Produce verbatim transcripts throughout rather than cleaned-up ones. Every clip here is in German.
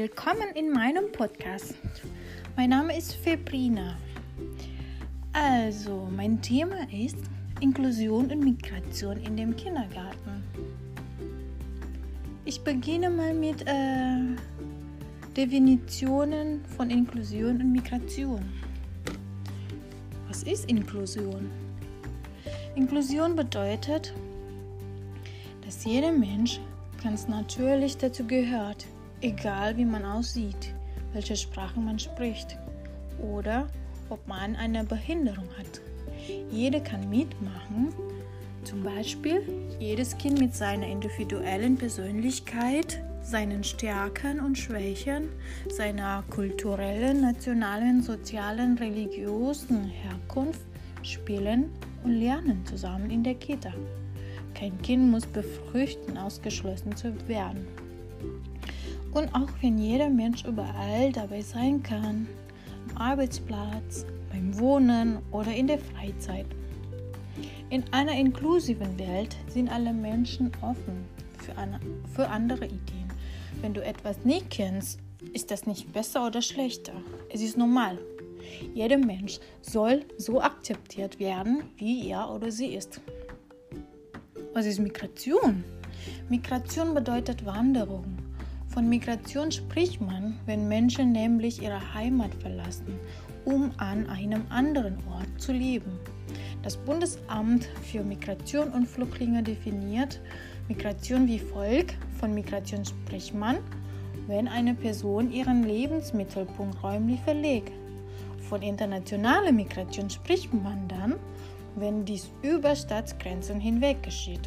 Willkommen in meinem Podcast. Mein Name ist Febrina. Also, mein Thema ist Inklusion und Migration in dem Kindergarten. Ich beginne mal mit äh, Definitionen von Inklusion und Migration. Was ist Inklusion? Inklusion bedeutet, dass jeder Mensch ganz natürlich dazu gehört, egal wie man aussieht, welche Sprache man spricht oder ob man eine Behinderung hat. Jeder kann mitmachen, zum Beispiel jedes Kind mit seiner individuellen Persönlichkeit, seinen Stärken und Schwächen, seiner kulturellen, nationalen, sozialen, religiösen Herkunft spielen und lernen zusammen in der Kita. Kein Kind muss befürchten, ausgeschlossen zu werden. Und auch wenn jeder Mensch überall dabei sein kann, am Arbeitsplatz, beim Wohnen oder in der Freizeit. In einer inklusiven Welt sind alle Menschen offen für, eine, für andere Ideen. Wenn du etwas nicht kennst, ist das nicht besser oder schlechter. Es ist normal. Jeder Mensch soll so akzeptiert werden, wie er oder sie ist. Was ist Migration? Migration bedeutet Wanderung. Von Migration spricht man, wenn Menschen nämlich ihre Heimat verlassen, um an einem anderen Ort zu leben. Das Bundesamt für Migration und Flüchtlinge definiert Migration wie folgt. Von Migration spricht man, wenn eine Person ihren Lebensmittelpunkt räumlich verlegt. Von internationaler Migration spricht man dann, wenn dies über Staatsgrenzen hinweg geschieht.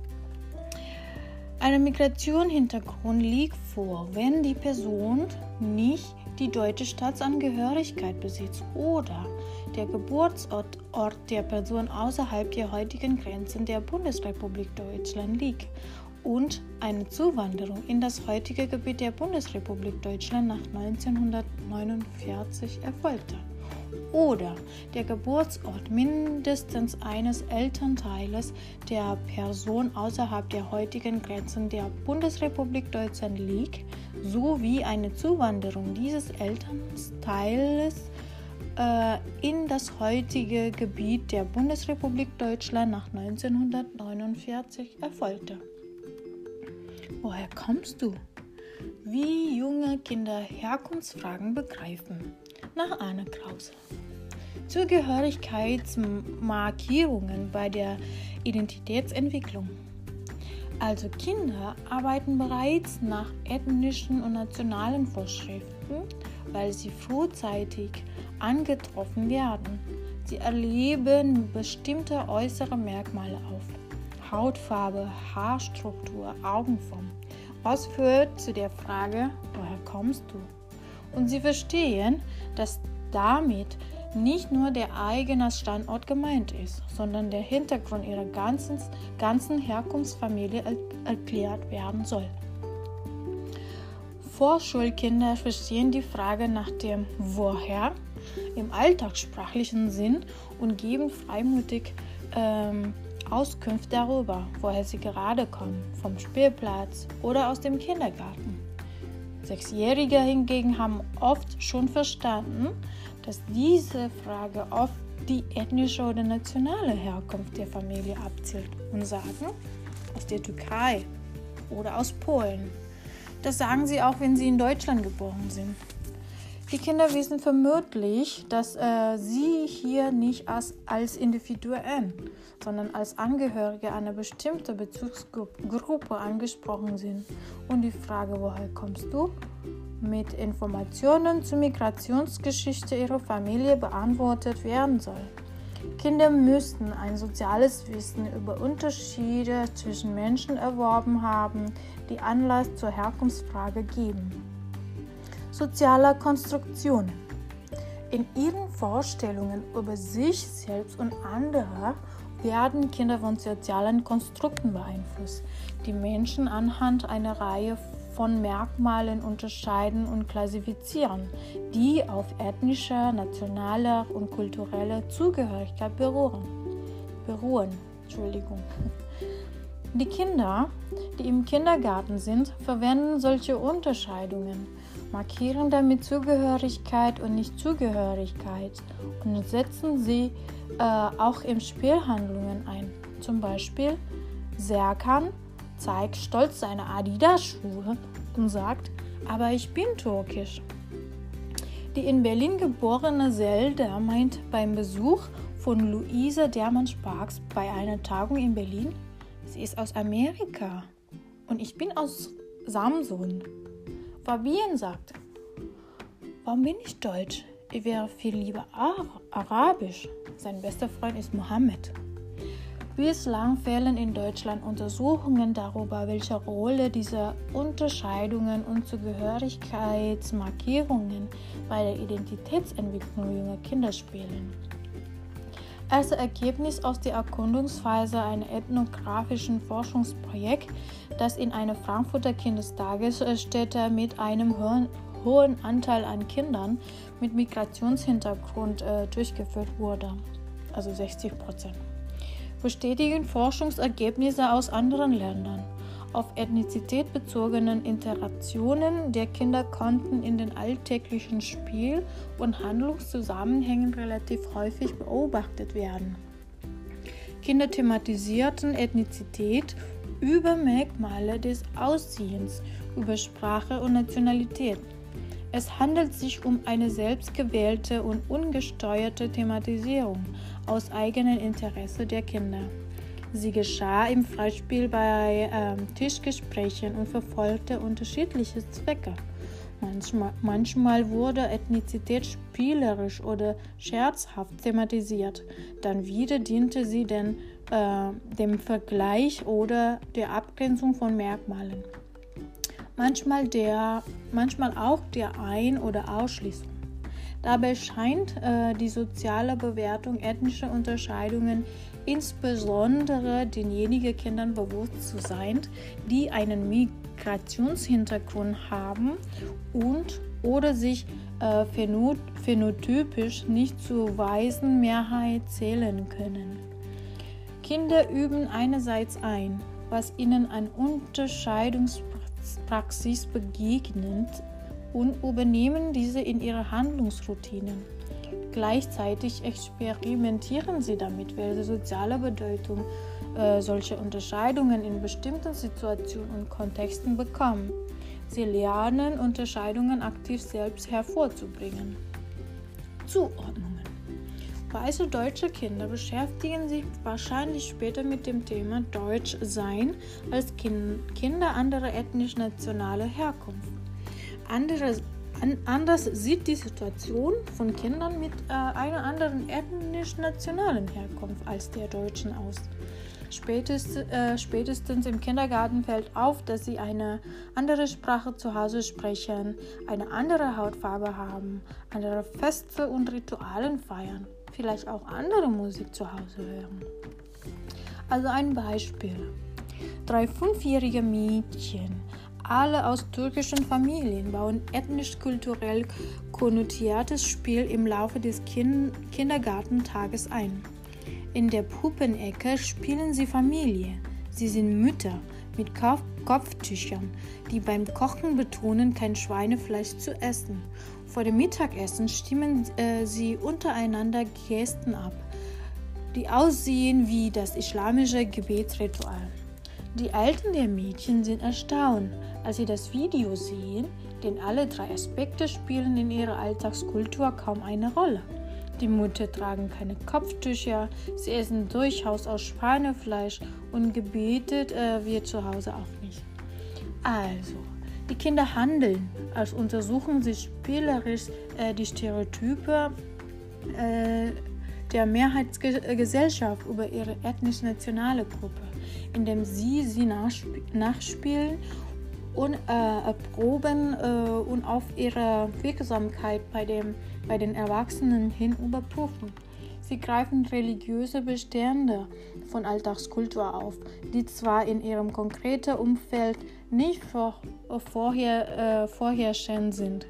Ein Migrationshintergrund liegt vor, wenn die Person nicht die deutsche Staatsangehörigkeit besitzt oder der Geburtsort Ort der Person außerhalb der heutigen Grenzen der Bundesrepublik Deutschland liegt und eine Zuwanderung in das heutige Gebiet der Bundesrepublik Deutschland nach neunzehnhundertneunundvierzig erfolgte. Oder der Geburtsort mindestens eines Elternteiles der Person außerhalb der heutigen Grenzen der Bundesrepublik Deutschland liegt, sowie eine Zuwanderung dieses Elternteiles äh, in das heutige Gebiet der Bundesrepublik Deutschland nach neunzehnhundertneunundvierzig erfolgte. Woher kommst du? Wie junge Kinder Herkunftsfragen begreifen. Nach Anne Krause. Zugehörigkeitsmarkierungen bei der Identitätsentwicklung. Also Kinder arbeiten bereits nach ethnischen und nationalen Vorschriften, weil sie frühzeitig angetroffen werden. Sie erleben bestimmte äußere Merkmale auf. Hautfarbe, Haarstruktur, Augenform. Was führt zu der Frage, woher kommst du? Und sie verstehen, dass damit nicht nur der eigene Standort gemeint ist, sondern der Hintergrund ihrer ganzen, ganzen Herkunftsfamilie er- erklärt werden soll. Vorschulkinder verstehen die Frage nach dem Woher im alltagssprachlichen Sinn und geben freimütig ähm, Auskunft darüber, woher sie gerade kommen, vom Spielplatz oder aus dem Kindergarten. Sechsjährige hingegen haben oft schon verstanden, dass diese Frage oft die ethnische oder nationale Herkunft der Familie abzielt und sagen, aus der Türkei oder aus Polen. Das sagen sie auch, wenn sie in Deutschland geboren sind. Die Kinder wissen vermutlich, dass äh, sie hier nicht als, als Individuen, sondern als Angehörige einer bestimmten Bezugsgruppe angesprochen sind. Und die Frage, woher kommst du, mit Informationen zur Migrationsgeschichte ihrer Familie beantwortet werden soll. Kinder müssen ein soziales Wissen über Unterschiede zwischen Menschen erworben haben, die Anlass zur Herkunftsfrage geben. Soziale Konstruktionen. In ihren Vorstellungen über sich selbst und andere werden Kinder von sozialen Konstrukten beeinflusst, die Menschen anhand einer Reihe von Merkmalen unterscheiden und klassifizieren, die auf ethnischer, nationaler und kultureller Zugehörigkeit beruhen. beruhen. Entschuldigung. Die Kinder, die im Kindergarten sind, verwenden solche Unterscheidungen, markieren damit Zugehörigkeit und Nichtzugehörigkeit und setzen sie äh, auch in Spielhandlungen ein. Zum Beispiel Serkan zeigt stolz seine Adidas-Schuhe und sagt, aber ich bin türkisch. Die in Berlin geborene Zelda meint beim Besuch von Luisa Dermann-Sparks bei einer Tagung in Berlin, sie ist aus Amerika und ich bin aus Samsun. Fabian sagt, warum bin ich Deutsch? Ich wäre viel lieber Arabisch. Sein bester Freund ist Mohammed. Bislang fehlen in Deutschland Untersuchungen darüber, welche Rolle diese Unterscheidungen und Zugehörigkeitsmarkierungen bei der Identitätsentwicklung junger Kinder spielen. Als Ergebnis aus der Erkundungsphase eines ethnografischen Forschungsprojekts, das in einer Frankfurter Kindertagesstätte mit einem hohen, hohen Anteil an Kindern mit Migrationshintergrund äh, durchgeführt wurde, also sechzig Prozent. Bestätigen Forschungsergebnisse aus anderen Ländern. Auf Ethnizität bezogenen Interaktionen der Kinder konnten in den alltäglichen Spiel- und Handlungszusammenhängen relativ häufig beobachtet werden. Kinder thematisierten Ethnizität über Merkmale des Aussehens, über Sprache und Nationalität. Es handelt sich um eine selbstgewählte und ungesteuerte Thematisierung aus eigenem Interesse der Kinder. Sie geschah im Freispiel bei ähm, Tischgesprächen und verfolgte unterschiedliche Zwecke. Manchmal, manchmal wurde Ethnizität spielerisch oder scherzhaft thematisiert, dann wieder diente sie den, äh, dem Vergleich oder der Abgrenzung von Merkmalen. Manchmal, der, manchmal auch der Ein- oder Ausschließung. Dabei scheint äh, die soziale Bewertung ethnischer Unterscheidungen insbesondere denjenigen Kindern bewusst zu sein, die einen Migrationshintergrund haben und oder sich äh, phänotypisch nicht zur weißen Mehrheit zählen können. Kinder üben einerseits ein, was ihnen an Unterscheidungspraxis begegnet, und übernehmen diese in ihre Handlungsroutinen. Gleichzeitig experimentieren sie damit, welche soziale Bedeutung äh, solche Unterscheidungen in bestimmten Situationen und Kontexten bekommen. Sie lernen, Unterscheidungen aktiv selbst hervorzubringen. Zuordnungen. Weiße deutsche Kinder beschäftigen sich wahrscheinlich später mit dem Thema Deutsch sein als kind, Kinder anderer ethnisch-nationaler Herkunft. Andere, an, anders sieht die Situation von Kindern mit äh, einer anderen ethnisch-nationalen Herkunft als der Deutschen aus. Spätest, äh, spätestens im Kindergarten fällt auf, dass sie eine andere Sprache zu Hause sprechen, eine andere Hautfarbe haben, andere Feste und Ritualen feiern, vielleicht auch andere Musik zu Hause hören. Also ein Beispiel. Drei fünfjährige Mädchen, alle aus türkischen Familien, bauen ethnisch-kulturell konnotiertes Spiel im Laufe des kind- Kindergartentages ein. In der Puppenecke spielen sie Familie. Sie sind Mütter mit Kopf- Kopftüchern, die beim Kochen betonen, kein Schweinefleisch zu essen. Vor dem Mittagessen stimmen äh, sie untereinander Gesten ab, die aussehen wie das islamische Gebetsritual. Die Eltern der Mädchen sind erstaunt, als sie das Video sehen, denn alle drei Aspekte spielen in ihrer Alltagskultur kaum eine Rolle. Die Mütter tragen keine Kopftücher, sie essen durchaus aus Schweinefleisch und gebetet äh, wird zu Hause auch nicht. Also, die Kinder handeln, als untersuchen sie spielerisch äh, die Stereotype äh, der Mehrheitsgesellschaft über ihre ethnisch-nationale Gruppe, indem sie sie nachsp- nachspielen und äh, erproben äh, und auf ihre Wirksamkeit bei, dem, bei den Erwachsenen hin überprüfen. Sie greifen religiöse Bestände von Alltagskultur auf, die zwar in ihrem konkreten Umfeld nicht vor, vorher, äh, vorherrschend sind,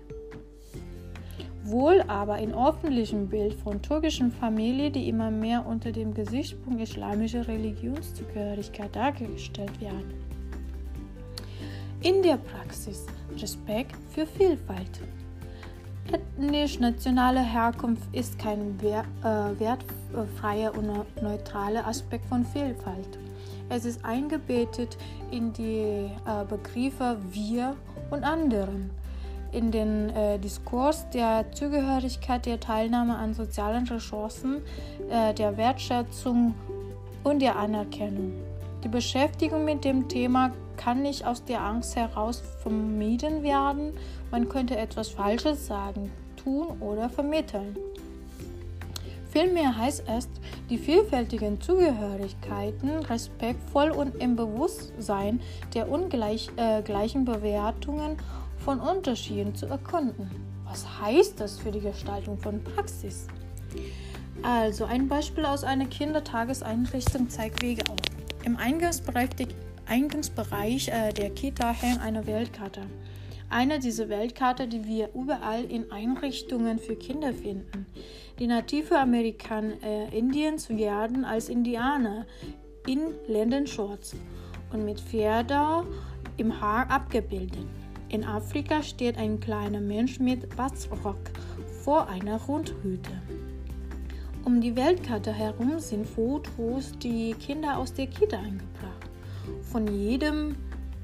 wohl aber im öffentlichen Bild von türkischen Familien, die immer mehr unter dem Gesichtspunkt islamischer Religionszugehörigkeit dargestellt werden. In der Praxis Respekt für Vielfalt. Ethnisch-nationale Herkunft ist kein wer- äh, wertfreier und neutraler Aspekt von Vielfalt. Es ist eingebettet in die äh, Begriffe wir und anderen, in den äh, Diskurs der Zugehörigkeit, der Teilnahme an sozialen Ressourcen, äh, der Wertschätzung und der Anerkennung. Die Beschäftigung mit dem Thema kann nicht aus der Angst heraus vermieden werden. Man könnte etwas Falsches sagen, tun oder vermitteln. Vielmehr heißt es, die vielfältigen Zugehörigkeiten respektvoll und im Bewusstsein der ungleichen Bewertungen von Unterschieden zu erkunden. Was heißt das für die Gestaltung von Praxis? Also ein Beispiel aus einer Kindertageseinrichtung zeigt Wege auf. Im Eingangsbereich, Eingangsbereich äh, der Kita hängt eine Weltkarte. Eine dieser Weltkarten, die wir überall in Einrichtungen für Kinder finden. Die Native Amerikaner äh, Indiens werden als Indianer in Lendenshorts und mit Feder im Haar abgebildet. In Afrika steht ein kleiner Mensch mit Batzrock vor einer Rundhütte. Um die Weltkarte herum sind Fotos, die Kinder aus der Kita eingebracht. Von jedem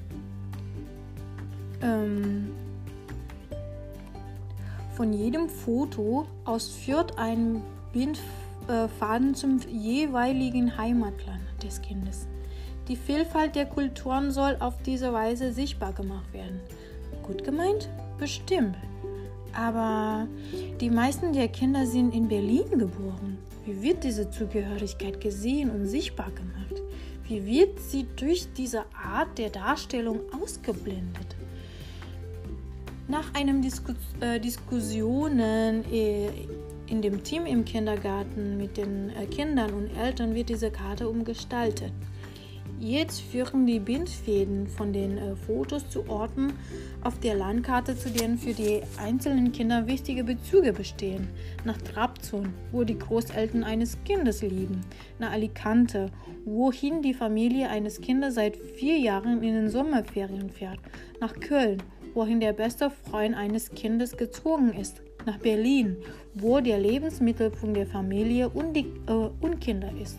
ähm, von jedem Foto aus führt ein Bindfaden zum jeweiligen Heimatland des Kindes. Die Vielfalt der Kulturen soll auf diese Weise sichtbar gemacht werden. Gut gemeint? Bestimmt. Aber die meisten der Kinder sind in Berlin geboren. Wie wird diese Zugehörigkeit gesehen und sichtbar gemacht? Wie wird sie durch diese Art der Darstellung ausgeblendet? Nach einem Disku- äh, Diskussionen äh, in dem Team im Kindergarten mit den äh, Kindern und Eltern wird diese Karte umgestaltet. Jetzt führen die Bindfäden von den äh, Fotos zu Orten auf der Landkarte, zu denen für die einzelnen Kinder wichtige Bezüge bestehen. Nach Trabzon, wo die Großeltern eines Kindes liegen. Nach Alicante, wohin die Familie eines Kindes seit vier Jahren in den Sommerferien fährt. Nach Köln, wohin der beste Freund eines Kindes gezogen ist. Nach Berlin, wo der Lebensmittelpunkt der Familie und, die, äh, und Kinder ist.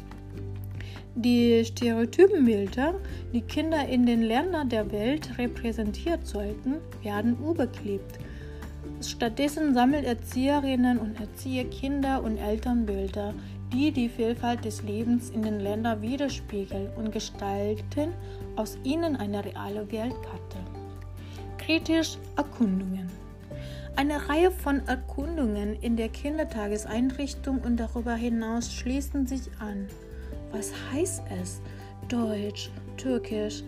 Die Stereotypenbilder, die Kinder in den Ländern der Welt repräsentiert sollten, werden überklebt. Stattdessen sammeln Erzieherinnen und Erzieher Kinder- und Elternbilder, die die Vielfalt des Lebens in den Ländern widerspiegeln und gestalten aus ihnen eine reale Weltkarte. Kritisch Erkundungen. Eine Reihe von Erkundungen in der Kindertageseinrichtung und darüber hinaus schließen sich an. Was heißt es, Deutsch, Türkisch,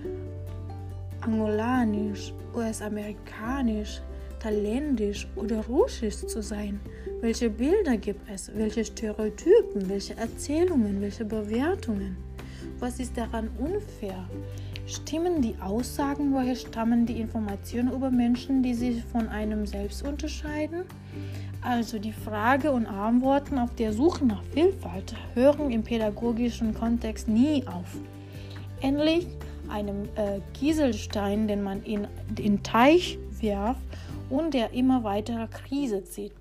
Angolanisch, U S-Amerikanisch, Thailändisch oder Russisch zu sein? Welche Bilder gibt es? Welche Stereotypen? Welche Erzählungen? Welche Bewertungen? Was ist daran unfair? Stimmen die Aussagen? Woher stammen die Informationen über Menschen, die sich von einem selbst unterscheiden? Also die Frage und Antworten auf der Suche nach Vielfalt hören im pädagogischen Kontext nie auf. Ähnlich einem äh, Kieselstein, den man in den Teich wirft und der immer weitere Krise zieht.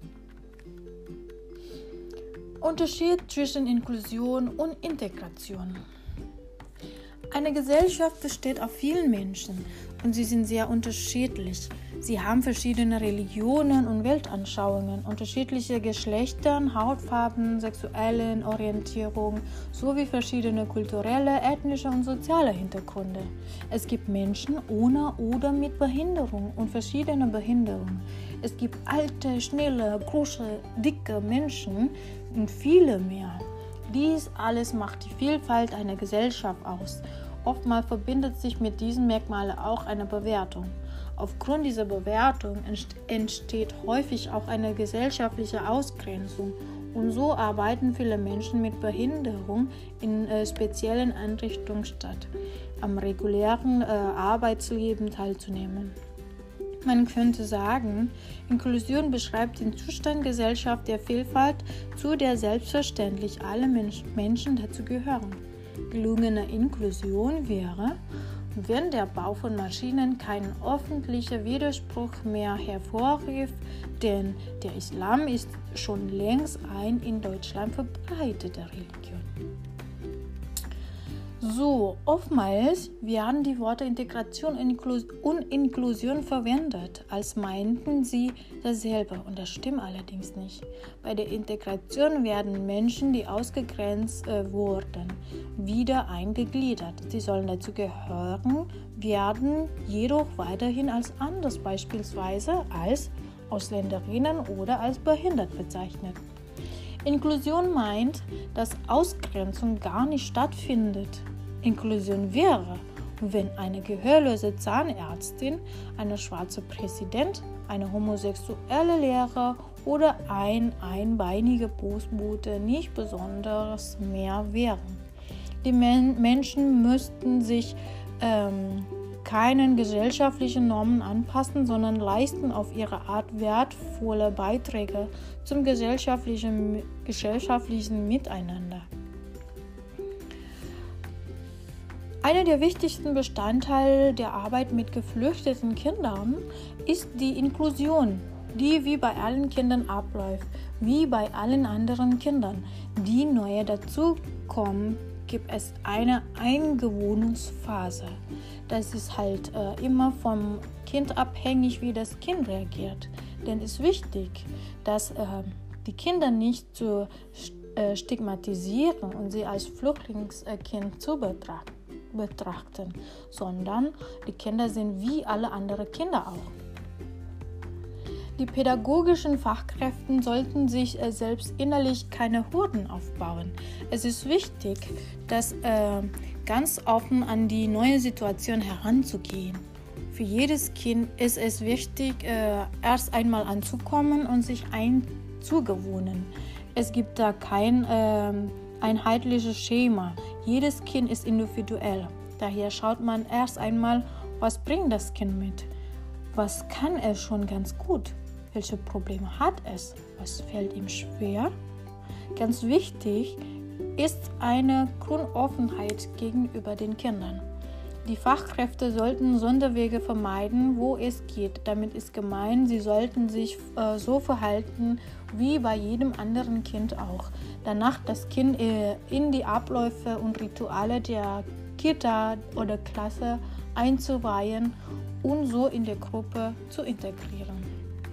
Unterschied zwischen Inklusion und Integration. Eine Gesellschaft besteht aus vielen Menschen und sie sind sehr unterschiedlich. Sie haben verschiedene Religionen und Weltanschauungen, unterschiedliche Geschlechter, Hautfarben, sexuelle Orientierung sowie verschiedene kulturelle, ethnische und soziale Hintergründe. Es gibt Menschen ohne oder mit Behinderung und verschiedene Behinderungen. Es gibt alte, schnelle, große, dicke Menschen und viele mehr. Dies alles macht die Vielfalt einer Gesellschaft aus. Oftmals verbindet sich mit diesen Merkmalen auch eine Bewertung. Aufgrund dieser Bewertung entsteht häufig auch eine gesellschaftliche Ausgrenzung und so arbeiten viele Menschen mit Behinderung in äh, speziellen Einrichtungen statt, am regulären äh, Arbeitsleben teilzunehmen. Man könnte sagen, Inklusion beschreibt den Zustand Gesellschaft der Vielfalt, zu der selbstverständlich alle Mensch, Menschen dazu gehören. Gelungene Inklusion wäre, wenn der Bau von Maschinen keinen öffentlichen Widerspruch mehr hervorrief, denn der Islam ist schon längst ein in Deutschland verbreitete Religion. So, oftmals werden die Worte Integration und Inklusion verwendet, als meinten sie dasselbe, und das stimmt allerdings nicht. Bei der Integration werden Menschen, die ausgegrenzt äh, wurden, wieder eingegliedert. Sie sollen dazu gehören, werden jedoch weiterhin als anders, beispielsweise als Ausländerinnen oder als behindert bezeichnet. Inklusion meint, dass Ausgrenzung gar nicht stattfindet. Inklusion wäre, wenn eine gehörlose Zahnärztin, eine schwarze Präsident, eine homosexuelle Lehrer oder ein einbeiniger Postbote nicht besonders mehr wären. Die Men- Menschen müssten sich ähm, keinen gesellschaftlichen Normen anpassen, sondern leisten auf ihre Art wertvolle Beiträge zum gesellschaftlichen, gesellschaftlichen Miteinander. Einer der wichtigsten Bestandteile der Arbeit mit geflüchteten Kindern ist die Inklusion, die wie bei allen Kindern abläuft, wie bei allen anderen Kindern, die neu dazukommen. Gibt es eine Eingewohnungsphase. Das ist halt äh, immer vom Kind abhängig, wie das Kind reagiert. Denn es ist wichtig, dass äh, die Kinder nicht zu äh, stigmatisieren und sie als Flüchtlingskind zu betrachten. betrachten, sondern die Kinder sind wie alle anderen Kinder auch. Die pädagogischen Fachkräfte sollten sich äh, selbst innerlich keine Hürden aufbauen. Es ist wichtig, dass äh, ganz offen an die neue Situation heranzugehen. Für jedes Kind ist es wichtig, äh, erst einmal anzukommen und sich einzugewöhnen. Es gibt da kein äh, einheitliches Schema. Jedes Kind ist individuell. Daher schaut man erst einmal, was bringt das Kind mit? Was kann es schon ganz gut? Welche Probleme hat es? Was fällt ihm schwer? Ganz wichtig ist eine Grundoffenheit gegenüber den Kindern. Die Fachkräfte sollten Sonderwege vermeiden, wo es geht. Damit ist gemeint, sie sollten sich äh, so verhalten wie bei jedem anderen Kind auch. Danach das Kind äh, in die Abläufe und Rituale der Kita oder Klasse einzuweihen und so in der Gruppe zu integrieren.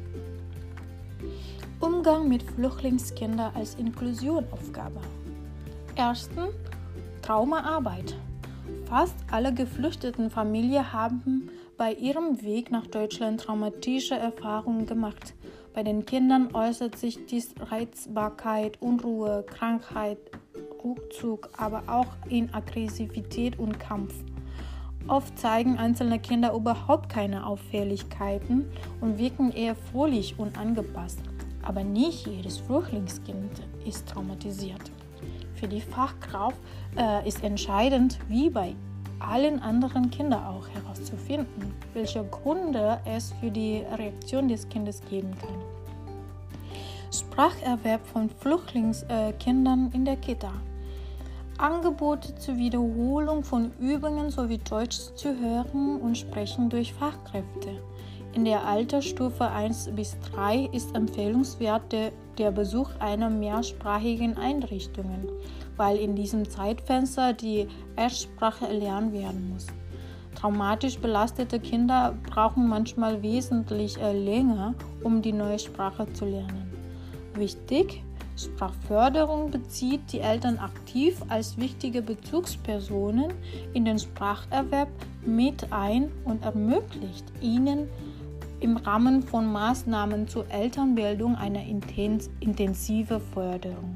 Umgang mit Flüchtlingskindern als Inklusionaufgabe. Erstens, Traumaarbeit. Fast alle geflüchteten Familien haben bei ihrem Weg nach Deutschland traumatische Erfahrungen gemacht. Bei den Kindern äußert sich dies Reizbarkeit, Unruhe, Krankheit, Rückzug, aber auch in Aggressivität und Kampf. Oft zeigen einzelne Kinder überhaupt keine Auffälligkeiten und wirken eher fröhlich und angepasst. Aber nicht jedes Flüchtlingskind ist traumatisiert. Für die Fachkraft äh, ist entscheidend, wie bei allen anderen Kindern auch herauszufinden, welche Gründe es für die Reaktion des Kindes geben kann. Spracherwerb von Flüchtlingskindern in der Kita. Angebote zur Wiederholung von Übungen sowie Deutsch zu hören und sprechen durch Fachkräfte. In der Altersstufe eins bis drei ist empfehlenswert der, der Besuch einer mehrsprachigen Einrichtung, weil in diesem Zeitfenster die Erstsprache erlernt werden muss. Traumatisch belastete Kinder brauchen manchmal wesentlich äh, länger, um die neue Sprache zu lernen. Wichtig: Sprachförderung bezieht die Eltern aktiv als wichtige Bezugspersonen in den Spracherwerb mit ein und ermöglicht ihnen im Rahmen von Maßnahmen zur Elternbildung eine intensive Förderung.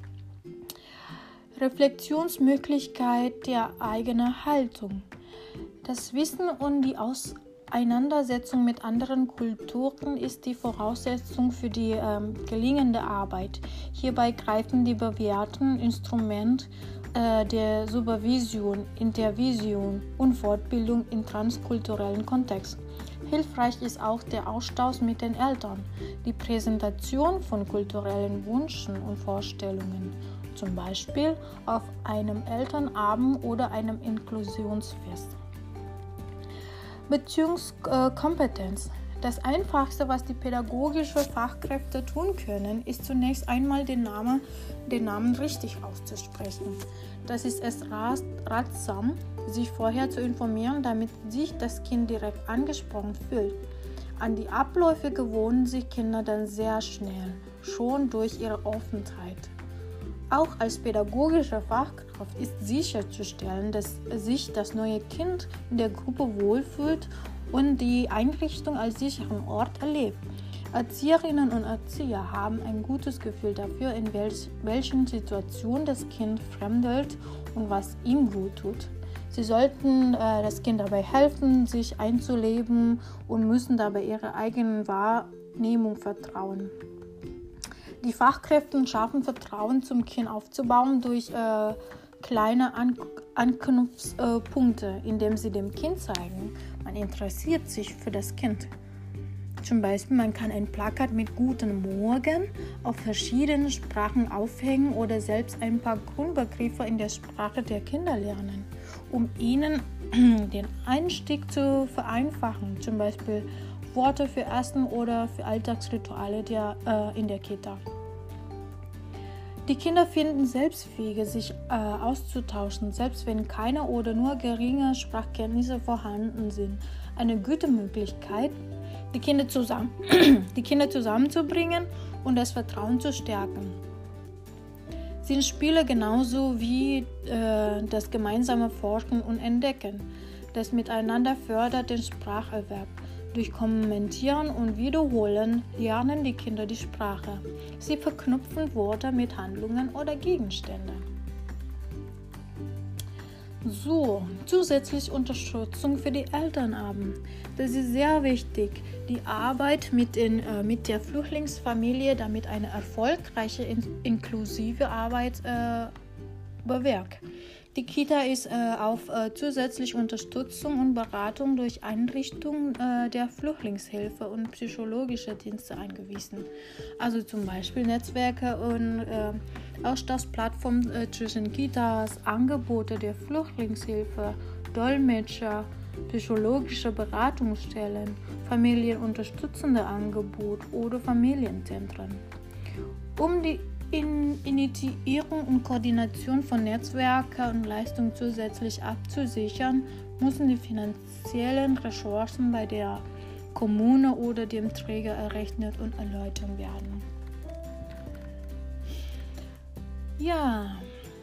Reflexionsmöglichkeit der eigenen Haltung. Das Wissen und die Auseinandersetzung mit anderen Kulturen ist die Voraussetzung für die ähm, gelingende Arbeit. Hierbei greifen die bewährten Instrumente äh, der Supervision, Intervision und Fortbildung im transkulturellen Kontext. Hilfreich ist auch der Austausch mit den Eltern, die Präsentation von kulturellen Wünschen und Vorstellungen, zum Beispiel auf einem Elternabend oder einem Inklusionsfest. Beziehungskompetenz. Das Einfachste, was die pädagogischen Fachkräfte tun können, ist zunächst einmal den Namen, den Namen richtig auszusprechen. Das ist es ratsam, sich vorher zu informieren, damit sich das Kind direkt angesprochen fühlt. An die Abläufe gewöhnen sich Kinder dann sehr schnell, schon durch ihre Offenheit. Auch als pädagogische Fachkraft ist sicherzustellen, dass sich das neue Kind in der Gruppe wohlfühlt und die Einrichtung als sicheren Ort erlebt. Erzieherinnen und Erzieher haben ein gutes Gefühl dafür, in welch, welchen Situationen das Kind fremdelt und was ihm gut tut. Sie sollten äh, das Kind dabei helfen, sich einzuleben und müssen dabei ihrer eigenen Wahrnehmung vertrauen. Die Fachkräfte schaffen Vertrauen zum Kind aufzubauen durch äh, kleine An- Anknüpfpunkte, indem sie dem Kind zeigen, man interessiert sich für das Kind. Zum Beispiel, man kann ein Plakat mit Guten Morgen auf verschiedenen Sprachen aufhängen oder selbst ein paar Grundbegriffe in der Sprache der Kinder lernen, um ihnen den Einstieg zu vereinfachen. Zum Beispiel Worte für Essen oder für Alltagsrituale der, äh, in der Kita. Die Kinder finden selbstfähige, sich äh, auszutauschen, selbst wenn keine oder nur geringe Sprachkenntnisse vorhanden sind. Eine gute Möglichkeit, die Kinder, zusammen, die Kinder zusammenzubringen und das Vertrauen zu stärken. Sind Spiele genauso wie äh, das gemeinsame Forschen und Entdecken. Das Miteinander fördert den Spracherwerb. Durch Kommentieren und Wiederholen lernen die Kinder die Sprache. Sie verknüpfen Worte mit Handlungen oder Gegenständen. So, zusätzlich Unterstützung für die Elternabend. Das ist sehr wichtig. Die Arbeit mit, den, äh, mit der Flüchtlingsfamilie, damit eine erfolgreiche, in, inklusive Arbeit äh, bewirkt. Die Kita ist äh, auf äh, zusätzliche Unterstützung und Beratung durch Einrichtungen äh, der Flüchtlingshilfe und psychologische Dienste angewiesen. Also zum Beispiel Netzwerke und äh, Austauschplattformen äh, zwischen Kitas, Angebote der Flüchtlingshilfe, Dolmetscher, psychologische Beratungsstellen, familienunterstützende Angebote oder Familienzentren. Um die In Initiierung und Koordination von Netzwerken und Leistungen zusätzlich abzusichern, müssen die finanziellen Ressourcen bei der Kommune oder dem Träger errechnet und erläutert werden. Ja,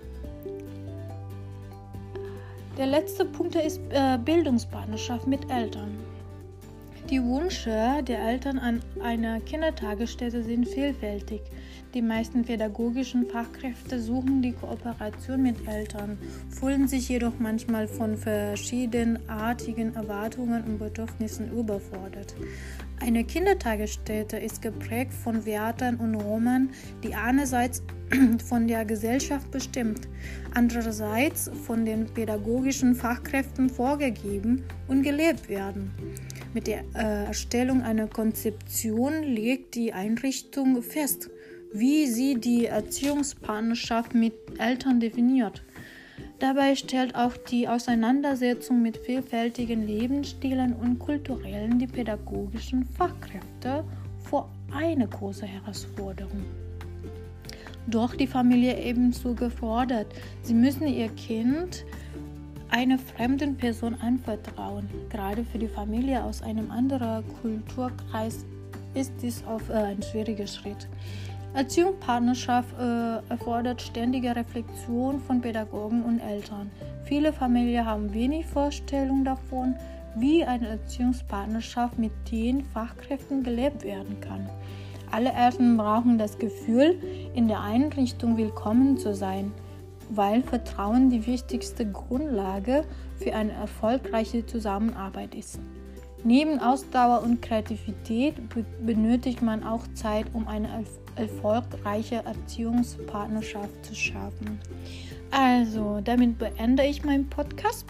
der letzte Punkt ist äh, Bildungspartnerschaft mit Eltern. Die Wünsche der Eltern an einer Kindertagesstätte sind vielfältig. Die meisten pädagogischen Fachkräfte suchen die Kooperation mit Eltern, fühlen sich jedoch manchmal von verschiedenartigen Erwartungen und Bedürfnissen überfordert. Eine Kindertagesstätte ist geprägt von Werten und Normen, die einerseits von der Gesellschaft bestimmt, andererseits von den pädagogischen Fachkräften vorgegeben und gelebt werden. Mit der äh, Erstellung einer Konzeption legt die Einrichtung fest, wie sie die Erziehungspartnerschaft mit Eltern definiert. Dabei stellt auch die Auseinandersetzung mit vielfältigen Lebensstilen und Kulturellen die pädagogischen Fachkräfte vor eine große Herausforderung. Doch die Familie ebenso gefordert. Sie müssen ihr Kind einer fremden Person anvertrauen. Gerade für die Familie aus einem anderen Kulturkreis ist dies oft äh, ein schwieriger Schritt. Erziehungspartnerschaft äh, erfordert ständige Reflexion von Pädagogen und Eltern. Viele Familien haben wenig Vorstellung davon, wie eine Erziehungspartnerschaft mit den Fachkräften gelebt werden kann. Alle Eltern brauchen das Gefühl, in der Einrichtung willkommen zu sein, weil Vertrauen die wichtigste Grundlage für eine erfolgreiche Zusammenarbeit ist. Neben Ausdauer und Kreativität be- benötigt man auch Zeit, um eine erf- erfolgreiche Erziehungspartnerschaft zu schaffen. Also, damit beende ich meinen Podcast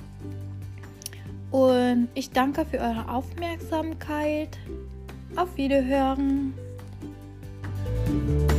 und ich danke für eure Aufmerksamkeit. Auf Wiederhören!